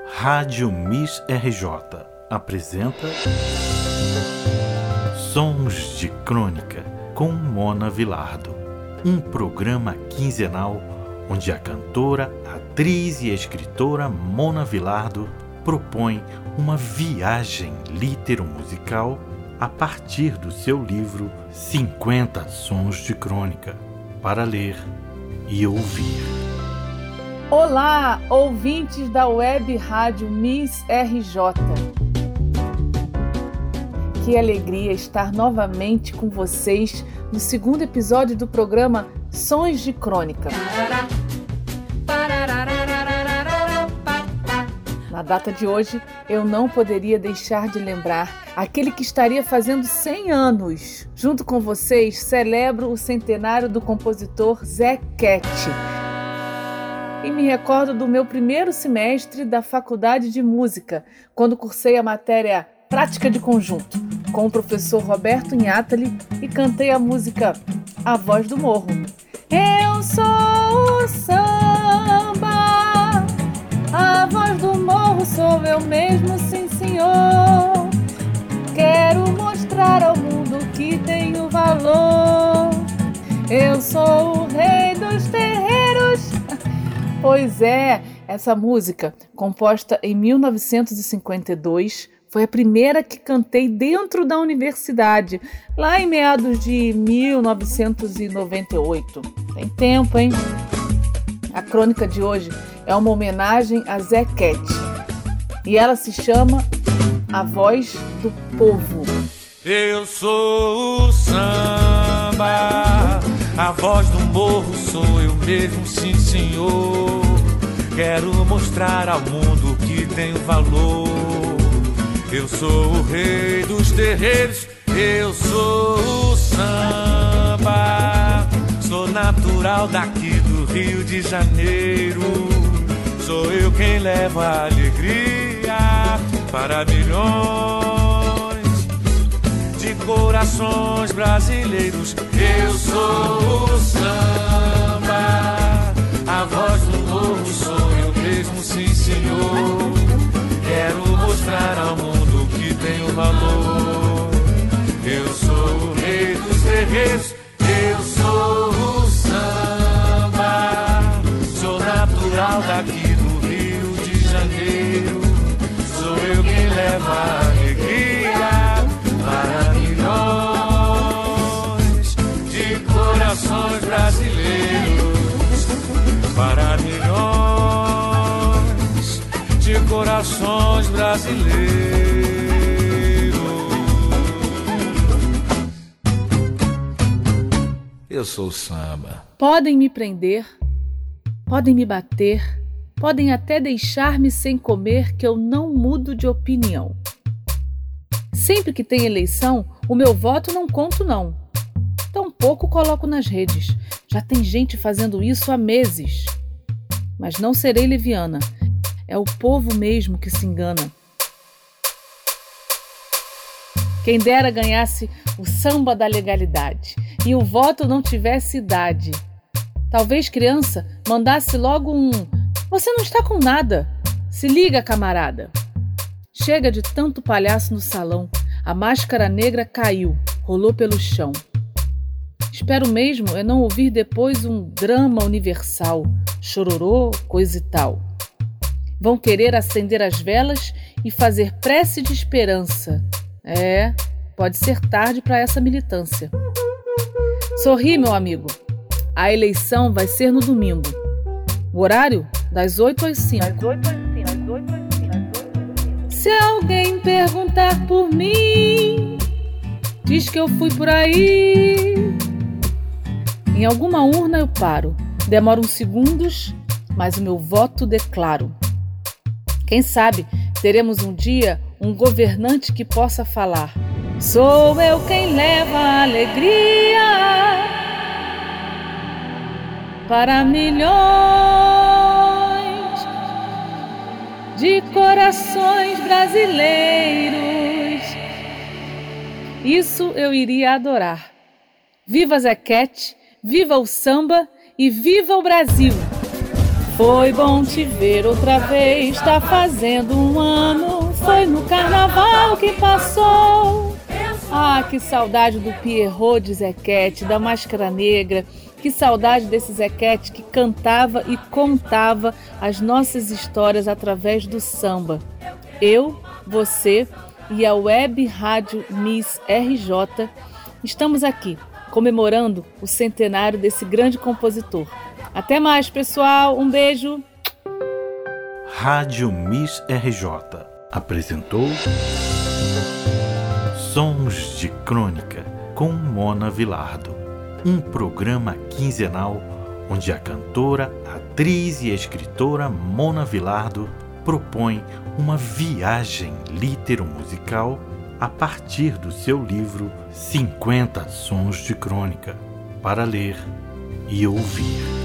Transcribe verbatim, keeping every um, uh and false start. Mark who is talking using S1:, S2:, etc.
S1: Rádio Miss R J apresenta Sons de Crônica com Mona Vilardo, um programa quinzenal onde a cantora, atriz e escritora Mona Vilardo propõe uma viagem litero-musical a partir do seu livro cinquenta Sons de Crônica, para ler e ouvir.
S2: Olá, ouvintes da Web Rádio Miss R J. Que alegria estar novamente com vocês no segundo episódio do programa Sons de Crônica. Na data de hoje, eu não poderia deixar de lembrar aquele que estaria fazendo cem anos. Junto com vocês, celebro o centenário do compositor Zé Quete. E me recordo do meu primeiro semestre da Faculdade de Música, quando cursei a matéria Prática de Conjunto, com o professor Roberto Inhatali, e cantei a música A Voz do Morro. Eu sou o samba, a voz do morro sou eu mesmo, sim senhor. Quero mostrar ao mundo que tenho valor. Eu sou o rei dos terreiros. Pois é, essa música, composta em mil novecentos e cinquenta e dois, foi a primeira que cantei dentro da universidade, lá em meados de mil novecentos e noventa e oito. Tem tempo, hein? A crônica de hoje é uma homenagem a Zé Quete, e ela se chama A Voz do Povo.
S3: Eu sou o samba, a voz do morro sou eu mesmo, sim senhor. Quero mostrar ao mundo que tenho valor. Eu sou o rei dos terreiros, eu sou o samba. Sou natural daqui do Rio de Janeiro. Sou eu quem leva a alegria para milhões de corações brasileiros. Eu sou o samba, a voz do morro sou eu mesmo, sim senhor. Quero mostrar ao mundo que tenho valor. Eu sou o rei dos terreiros, eu sou o samba. Sou natural daqui do Rio de Janeiro. Sou eu quem leva a alegria para milhões de corações brasileiros. Para milhões de corações brasileiros. Eu sou o samba.
S2: Podem me prender, podem me bater, podem até deixar-me sem comer, que eu não mudo de opinião. Sempre que tem eleição, o meu voto não conto não. Tampouco coloco nas redes. Já tem gente fazendo isso há meses. Mas não serei leviana. É o povo mesmo que se engana. Quem dera ganhasse o samba da legalidade e o voto não tivesse idade. Talvez criança mandasse logo um: você não está com nada. Se liga, camarada. Chega de tanto palhaço no salão. A máscara negra caiu, rolou pelo chão. Espero mesmo é não ouvir depois um drama universal, chororô, coisa e tal. Vão querer acender as velas e fazer prece de esperança. É, pode ser tarde para essa militância. Sorri, meu amigo. A eleição vai ser no domingo. O horário? Das oito às cinco. Das oito às cinco, das oito às cinco, das oito às cinco. Se alguém perguntar por mim, diz que eu fui por aí. Em alguma urna eu paro. Demora uns segundos, mas o meu voto declaro. Quem sabe teremos um dia um governante que possa falar: sou eu quem leva a alegria para milhões de corações brasileiros. Isso eu iria adorar. Viva Zé Quete, viva o samba e viva o Brasil! Foi bom te ver outra vez, tá fazendo um ano, foi no carnaval que passou. Ah, que saudade do Pierrot de Zequete, da Máscara Negra, que saudade desse Zequete que cantava e contava as nossas histórias através do samba. Eu, você e a Web Rádio Miss R J estamos aqui comemorando o centenário desse grande compositor. Até mais, pessoal. Um beijo.
S1: Rádio Miss R J apresentou Sons de Crônica com Mona Vilardo, um programa quinzenal onde a cantora, atriz e escritora Mona Vilardo propõe uma viagem litero-musical a partir do seu livro cinquenta Sons de Crônica, para ler e ouvir.